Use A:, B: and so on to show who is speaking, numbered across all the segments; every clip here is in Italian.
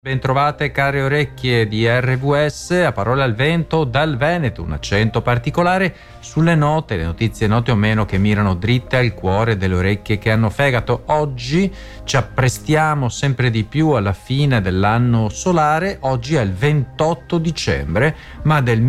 A: Bentrovate care orecchie di RVS, a parole al vento dal Veneto, un accento particolare sulle note, le notizie note o meno che mirano dritte al cuore delle orecchie che hanno fegato. Oggi ci apprestiamo sempre di più alla fine dell'anno solare, oggi è il 28 dicembre, ma del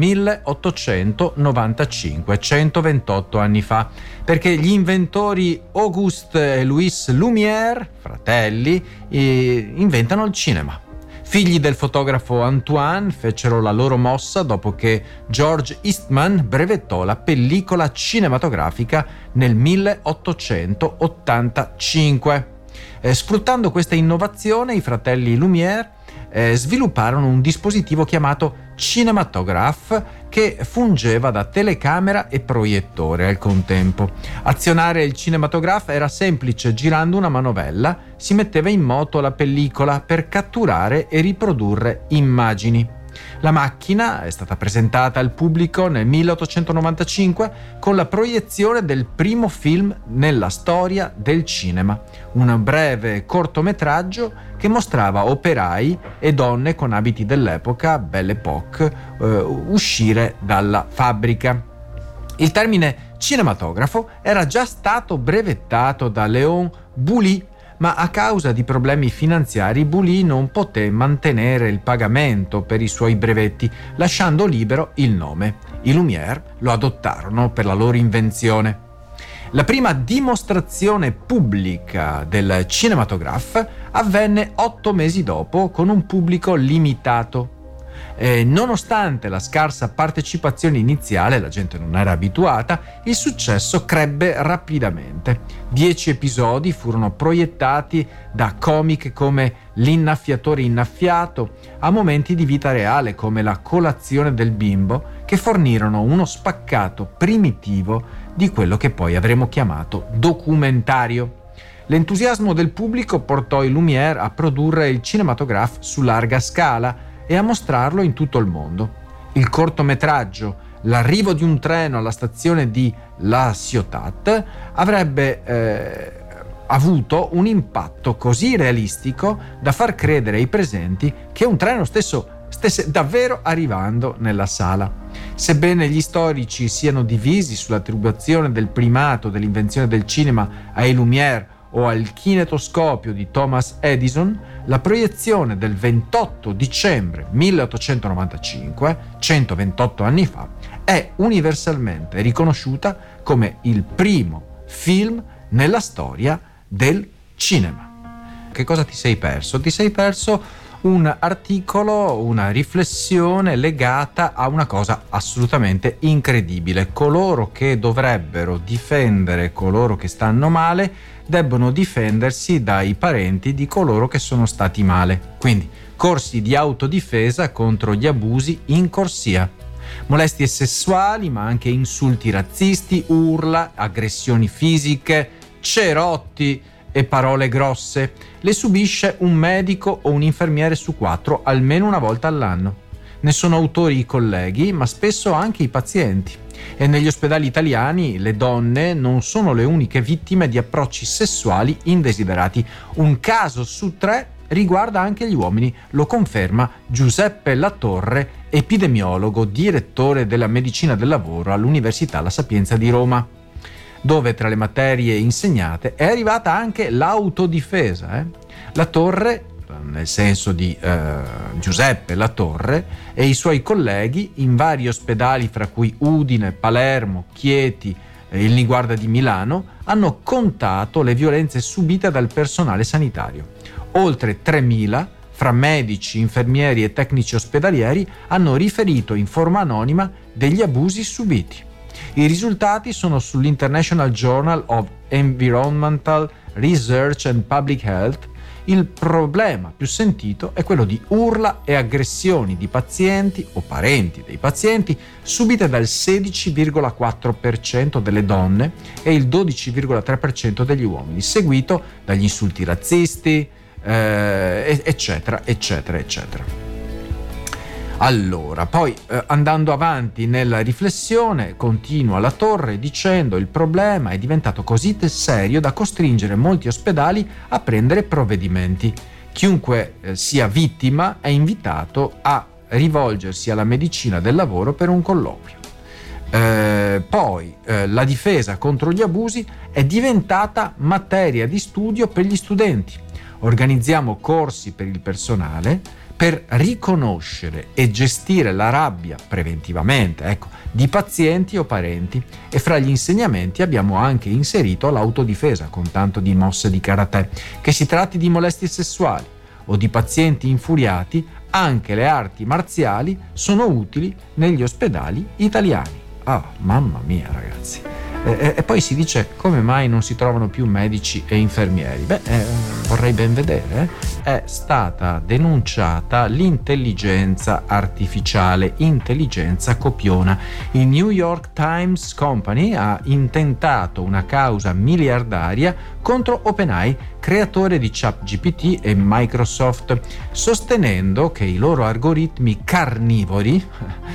A: 1895, 128 anni fa, perché gli inventori Auguste e Louis Lumière, fratelli, inventano il cinema. Figli del fotografo Antoine, fecero la loro mossa dopo che George Eastman brevettò la pellicola cinematografica nel 1885. Sfruttando questa innovazione, i fratelli Lumière svilupparono un dispositivo chiamato cinematograph che fungeva da telecamera e proiettore al contempo. Azionare il cinematograph era semplice: girando una manovella si metteva in moto la pellicola per catturare e riprodurre immagini. La macchina è stata presentata al pubblico nel 1895 con la proiezione del primo film nella storia del cinema, un breve cortometraggio che mostrava operai e donne con abiti dell'epoca, Belle Époque, uscire dalla fabbrica. Il termine cinematografo era già stato brevettato da Léon Bouly, ma a causa di problemi finanziari Bouly non poté mantenere il pagamento per i suoi brevetti, lasciando libero il nome. I Lumière lo adottarono per la loro invenzione. La prima dimostrazione pubblica del cinematograph avvenne 8 mesi dopo con un pubblico limitato. Nonostante la scarsa partecipazione iniziale, la gente non era abituata, il successo crebbe rapidamente. 10 episodi furono proiettati da comiche come L'innaffiatore innaffiato a momenti di vita reale come La colazione del bimbo, che fornirono uno spaccato primitivo di quello che poi avremo chiamato documentario. L'entusiasmo del pubblico portò i Lumière a produrre il cinematograph su larga scala e a mostrarlo in tutto il mondo. Il cortometraggio L'arrivo di un treno alla stazione di La Ciotat avrebbe avuto un impatto così realistico da far credere ai presenti che un treno stesse davvero arrivando nella sala. Sebbene gli storici siano divisi sull'attribuzione del primato dell'invenzione del cinema ai Lumière o al kinetoscopio di Thomas Edison, la proiezione del 28 dicembre 1895, 128 anni fa, è universalmente riconosciuta come il primo film nella storia del cinema. Che cosa ti sei perso? Ti sei perso un articolo, una riflessione legata a una cosa assolutamente incredibile. Coloro che dovrebbero difendere coloro che stanno male debbono difendersi dai parenti di coloro che sono stati male. Quindi corsi di autodifesa contro gli abusi in corsia. Molestie sessuali, ma anche insulti razzisti, urla, aggressioni fisiche, cerotti e parole grosse le subisce un medico o un infermiere su 4 almeno una volta all'anno. Ne sono autori i colleghi, ma spesso anche i pazienti. E negli ospedali italiani le donne non sono le uniche vittime di approcci sessuali indesiderati. Un caso su 3 riguarda anche gli uomini, lo conferma Giuseppe Latorre, epidemiologo, direttore della medicina del lavoro all'Università La Sapienza di Roma, dove tra le materie insegnate è arrivata anche l'autodifesa. Latorre, nel senso di Giuseppe Latorre, e i suoi colleghi in vari ospedali, fra cui Udine, Palermo, Chieti e il Niguarda di Milano, hanno contato le violenze subite dal personale sanitario. Oltre 3.000 fra medici, infermieri e tecnici ospedalieri hanno riferito in forma anonima degli abusi subiti. I risultati sono sull'International Journal of Environmental Research and Public Health. Il problema più sentito è quello di urla e aggressioni di pazienti o parenti dei pazienti subite dal 16,4% delle donne e il 12,3% degli uomini, seguito dagli insulti razzisti, eccetera, eccetera, eccetera. Allora, poi andando avanti nella riflessione, continua Latorre dicendo: il problema è diventato così serio da costringere molti ospedali a prendere provvedimenti. Chiunque sia vittima è invitato a rivolgersi alla medicina del lavoro per un colloquio. Poi la difesa contro gli abusi è diventata materia di studio per gli studenti. Organizziamo corsi per il personale per riconoscere e gestire la rabbia preventivamente, di pazienti o parenti, e fra gli insegnamenti abbiamo anche inserito l'autodifesa con tanto di mosse di karate. Che si tratti di molestie sessuali o di pazienti infuriati, anche le arti marziali sono utili negli ospedali italiani. Mamma mia, ragazzi. E poi si dice: come mai non si trovano più medici e infermieri? Vorrei ben vedere. È stata denunciata l'intelligenza artificiale, intelligenza copiona. Il New York Times Company ha intentato una causa miliardaria contro OpenAI, creatore di ChatGPT, e Microsoft, sostenendo che i loro algoritmi carnivori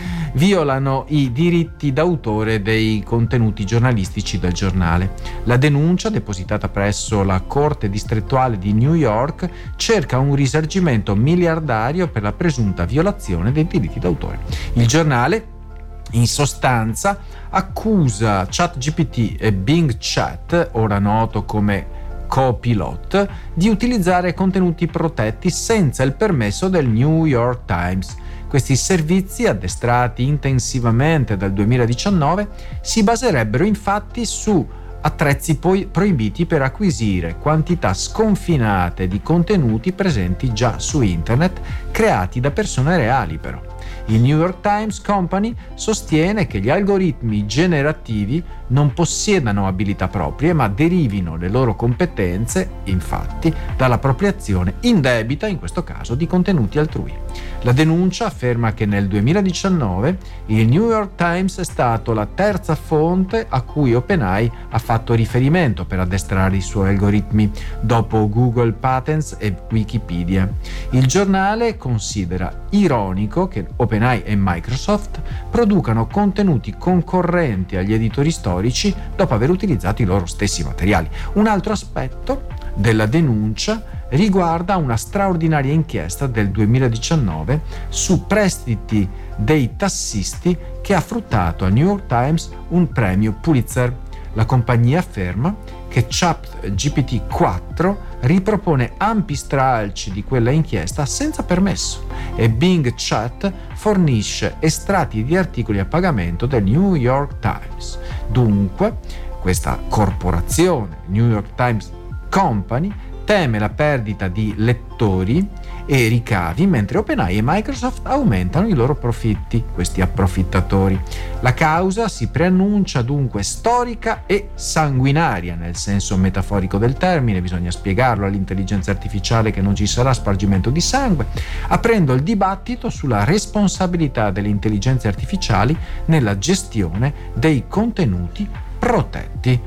A: violano i diritti d'autore dei contenuti giornalistici del giornale. La denuncia, depositata presso la Corte distrettuale di New York, cerca un risarcimento miliardario per la presunta violazione dei diritti d'autore. Il giornale, in sostanza, accusa ChatGPT e Bing Chat, ora noto come Copilot, di utilizzare contenuti protetti senza il permesso del New York Times. Questi servizi, addestrati intensivamente dal 2019, si baserebbero infatti su attrezzi proibiti per acquisire quantità sconfinate di contenuti presenti già su internet, creati da persone reali però. Il New York Times Company sostiene che gli algoritmi generativi non possiedano abilità proprie, ma derivino le loro competenze, infatti, dall'appropriazione indebita, in questo caso, di contenuti altrui. La denuncia afferma che nel 2019 il New York Times è stato la terza fonte a cui OpenAI ha fatto riferimento per addestrare i suoi algoritmi, dopo Google Patents e Wikipedia. Il giornale considera ironico che OpenAI e Microsoft producano contenuti concorrenti agli editori storici dopo aver utilizzato i loro stessi materiali. Un altro aspetto della denuncia riguarda una straordinaria inchiesta del 2019 su prestiti dei tassisti che ha fruttato al New York Times un premio Pulitzer. La compagnia afferma che ChatGPT 4 ripropone ampi stralci di quella inchiesta senza permesso e Bing Chat fornisce estratti di articoli a pagamento del New York Times. Dunque, questa corporazione, New York Times Company, teme la perdita di lettori e ricavi, mentre OpenAI e Microsoft aumentano i loro profitti, questi approfittatori. La causa si preannuncia dunque storica e sanguinaria, nel senso metaforico del termine. Bisogna spiegarlo all'intelligenza artificiale che non ci sarà spargimento di sangue, aprendo il dibattito sulla responsabilità delle intelligenze artificiali nella gestione dei contenuti protetti.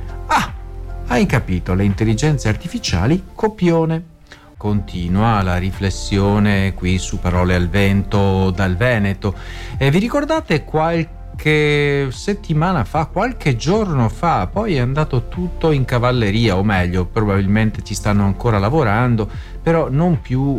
A: Hai capito, le intelligenze artificiali copione. Continua la riflessione qui su Parole al Vento dal Veneto. E vi ricordate qualche settimana fa, qualche giorno fa, poi è andato tutto in cavalleria, o meglio, probabilmente ci stanno ancora lavorando, però non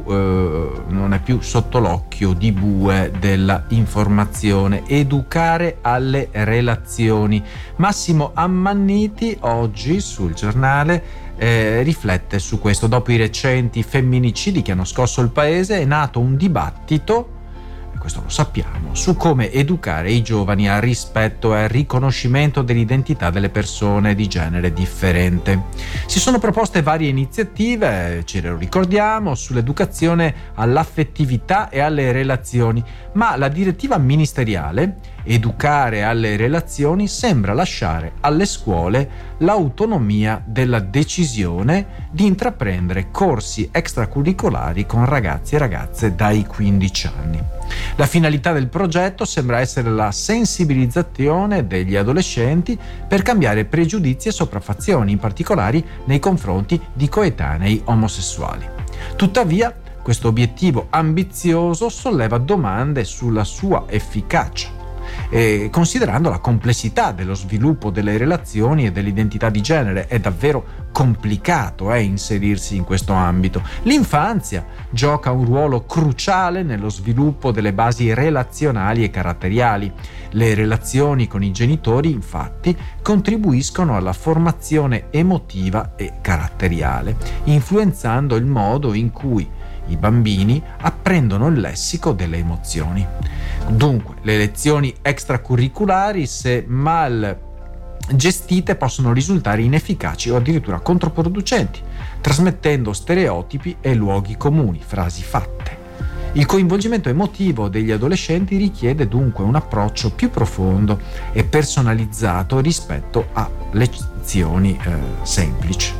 A: è più sotto l'occhio di bue della informazione. Educare alle relazioni. Massimo Ammanniti oggi sul giornale riflette su questo. Dopo i recenti femminicidi che hanno scosso il paese è nato un dibattito, questo lo sappiamo, su come educare i giovani al rispetto e al riconoscimento dell'identità delle persone di genere differente. Si sono proposte varie iniziative, ce lo ricordiamo, sull'educazione all'affettività e alle relazioni, ma la direttiva ministeriale Educare alle relazioni sembra lasciare alle scuole l'autonomia della decisione di intraprendere corsi extracurricolari con ragazzi e ragazze dai 15 anni. La finalità del progetto sembra essere la sensibilizzazione degli adolescenti per cambiare pregiudizi e sopraffazioni, in particolare nei confronti di coetanei omosessuali. Tuttavia, questo obiettivo ambizioso solleva domande sulla sua efficacia considerando la complessità dello sviluppo delle relazioni e dell'identità di genere. È davvero complicato inserirsi in questo ambito. L'infanzia gioca un ruolo cruciale nello sviluppo delle basi relazionali e caratteriali. Le relazioni con i genitori, infatti, contribuiscono alla formazione emotiva e caratteriale, influenzando il modo in cui i bambini apprendono il lessico delle emozioni. Dunque, le lezioni extracurriculari, se mal gestite, possono risultare inefficaci o addirittura controproducenti, trasmettendo stereotipi e luoghi comuni, frasi fatte. Il coinvolgimento emotivo degli adolescenti richiede dunque un approccio più profondo e personalizzato rispetto a lezioni semplici,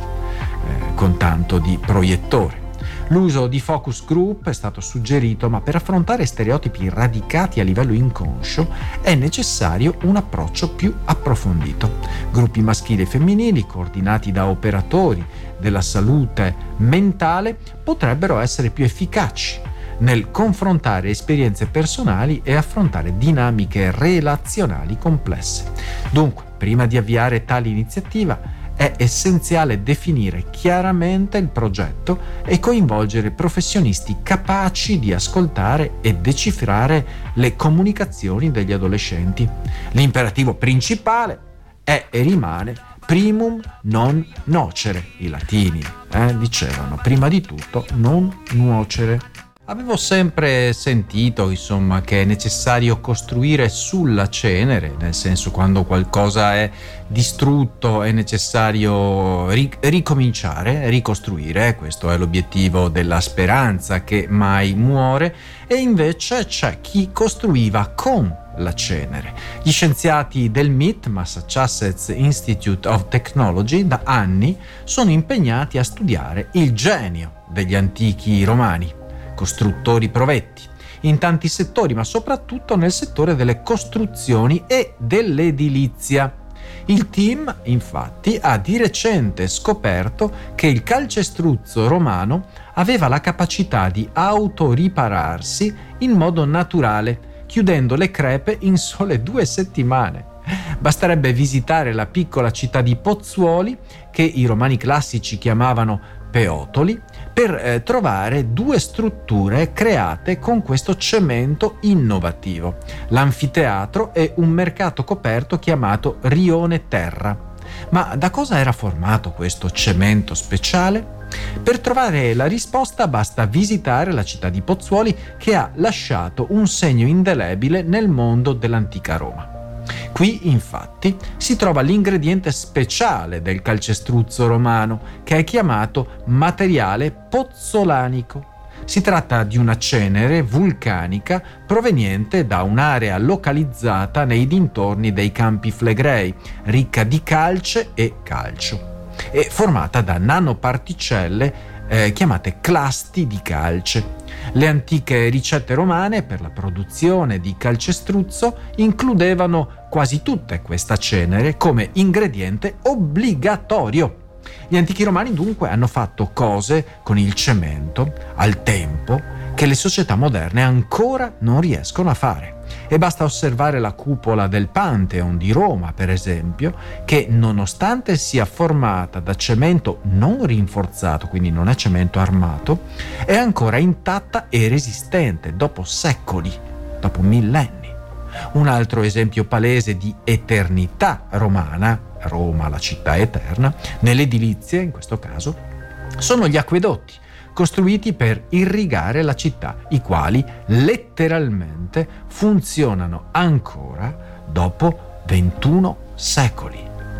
A: con tanto di proiettore. L'uso di focus group è stato suggerito, ma per affrontare stereotipi radicati a livello inconscio è necessario un approccio più approfondito. Gruppi maschili e femminili, coordinati da operatori della salute mentale, potrebbero essere più efficaci nel confrontare esperienze personali e affrontare dinamiche relazionali complesse. Dunque, prima di avviare tale iniziativa, è essenziale definire chiaramente il progetto e coinvolgere professionisti capaci di ascoltare e decifrare le comunicazioni degli adolescenti. L'imperativo principale è e rimane primum non nocere. I latini dicevano prima di tutto non nuocere. Avevo sempre sentito, insomma, che è necessario costruire sulla cenere, nel senso, quando qualcosa è distrutto è necessario ricominciare, ricostruire. Questo è l'obiettivo della speranza che mai muore, e invece c'è chi costruiva con la cenere. Gli scienziati del MIT, Massachusetts Institute of Technology, da anni sono impegnati a studiare il genio degli antichi romani, costruttori provetti in tanti settori, ma soprattutto nel settore delle costruzioni e dell'edilizia. Il team, infatti, ha di recente scoperto che il calcestruzzo romano aveva la capacità di autoripararsi in modo naturale, chiudendo le crepe in sole 2 settimane. Basterebbe visitare la piccola città di Pozzuoli, che i romani classici chiamavano Peotoli, per trovare 2 strutture create con questo cemento innovativo: l'anfiteatro e un mercato coperto chiamato Rione Terra. Ma da cosa era formato questo cemento speciale? Per trovare la risposta basta visitare la città di Pozzuoli, che ha lasciato un segno indelebile nel mondo dell'antica Roma. Qui, infatti, si trova l'ingrediente speciale del calcestruzzo romano, che è chiamato materiale pozzolanico. Si tratta di una cenere vulcanica proveniente da un'area localizzata nei dintorni dei Campi Flegrei, ricca di calce e calcio, e formata da nanoparticelle chiamate clasti di calce. Le antiche ricette romane per la produzione di calcestruzzo includevano quasi tutte questa cenere come ingrediente obbligatorio. Gli antichi romani dunque hanno fatto cose con il cemento al tempo che le società moderne ancora non riescono a fare. E basta osservare la cupola del Pantheon di Roma, per esempio, che nonostante sia formata da cemento non rinforzato, quindi non è cemento armato, è ancora intatta e resistente dopo secoli, dopo millenni. Un altro esempio palese di eternità romana, Roma la città eterna, nell'edilizia in questo caso, sono gli acquedotti, costruiti per irrigare la città, i quali letteralmente funzionano ancora dopo 21 secoli.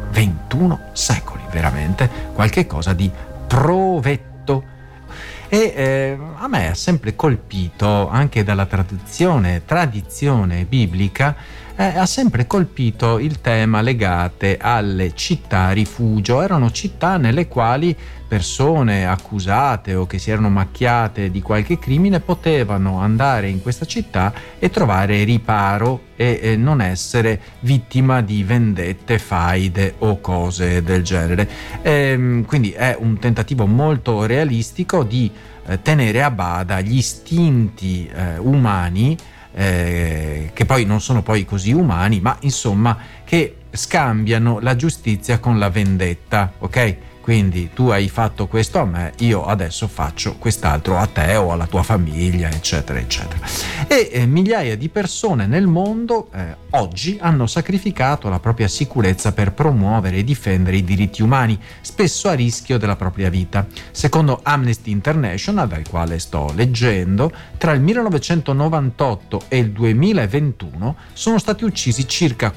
A: 21 secoli, veramente qualche cosa di provetto. E a me ha sempre colpito, anche dalla tradizione biblica, ha sempre colpito il tema legate alle città rifugio. Erano città nelle quali persone accusate o che si erano macchiate di qualche crimine potevano andare in questa città e trovare riparo e non essere vittima di vendette, faide o cose del genere. Quindi è un tentativo molto realistico di tenere a bada gli istinti umani che poi non sono poi così umani, ma insomma che scambiano la giustizia con la vendetta, ok? Quindi tu hai fatto questo a me, io adesso faccio quest'altro a te o alla tua famiglia, eccetera, eccetera. E migliaia di persone nel mondo oggi hanno sacrificato la propria sicurezza per promuovere e difendere i diritti umani, spesso a rischio della propria vita. Secondo Amnesty International, dal quale sto leggendo, tra il 1998 e il 2021 sono stati uccisi circa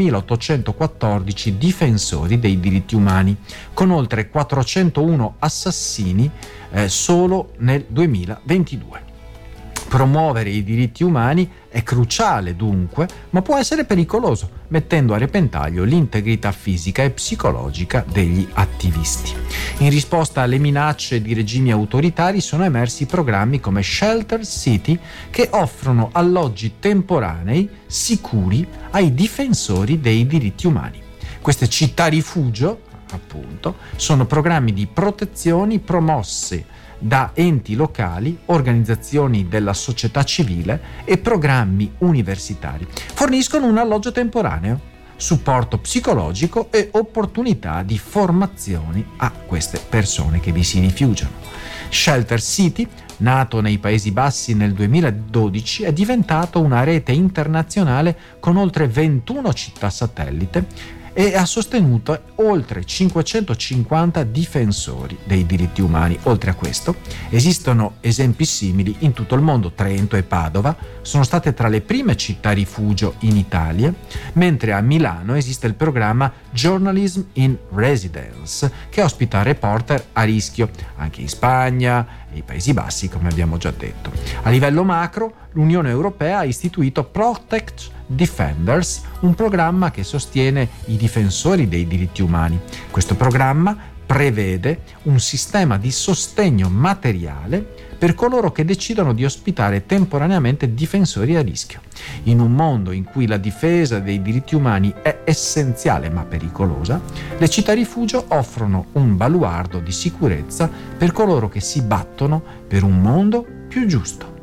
A: 4.814 difensori dei diritti umani, con oltre 401 assassini solo nel 2022. Promuovere i diritti umani è cruciale dunque, ma può essere pericoloso, mettendo a repentaglio l'integrità fisica e psicologica degli attivisti. In risposta alle minacce di regimi autoritari sono emersi programmi come Shelter City che offrono alloggi temporanei sicuri ai difensori dei diritti umani. Queste città rifugio, appunto, sono programmi di protezione promossi da enti locali, organizzazioni della società civile e programmi universitari. Forniscono un alloggio temporaneo, supporto psicologico e opportunità di formazione a queste persone che vi si rifugiano. Shelter City, nato nei Paesi Bassi nel 2012, è diventato una rete internazionale con oltre 21 città satellite e ha sostenuto oltre 550 difensori dei diritti umani. Oltre a questo, esistono esempi simili in tutto il mondo. Trento e Padova sono state tra le prime città rifugio in Italia, mentre a Milano esiste il programma Journalism in Residence, che ospita reporter a rischio, anche in Spagna e i Paesi Bassi, come abbiamo già detto. A livello macro, l'Unione Europea ha istituito Protect Defenders, un programma che sostiene i difensori dei diritti umani. Questo programma prevede un sistema di sostegno materiale per coloro che decidono di ospitare temporaneamente difensori a rischio. In un mondo in cui la difesa dei diritti umani è essenziale ma pericolosa, le città rifugio offrono un baluardo di sicurezza per coloro che si battono per un mondo più giusto.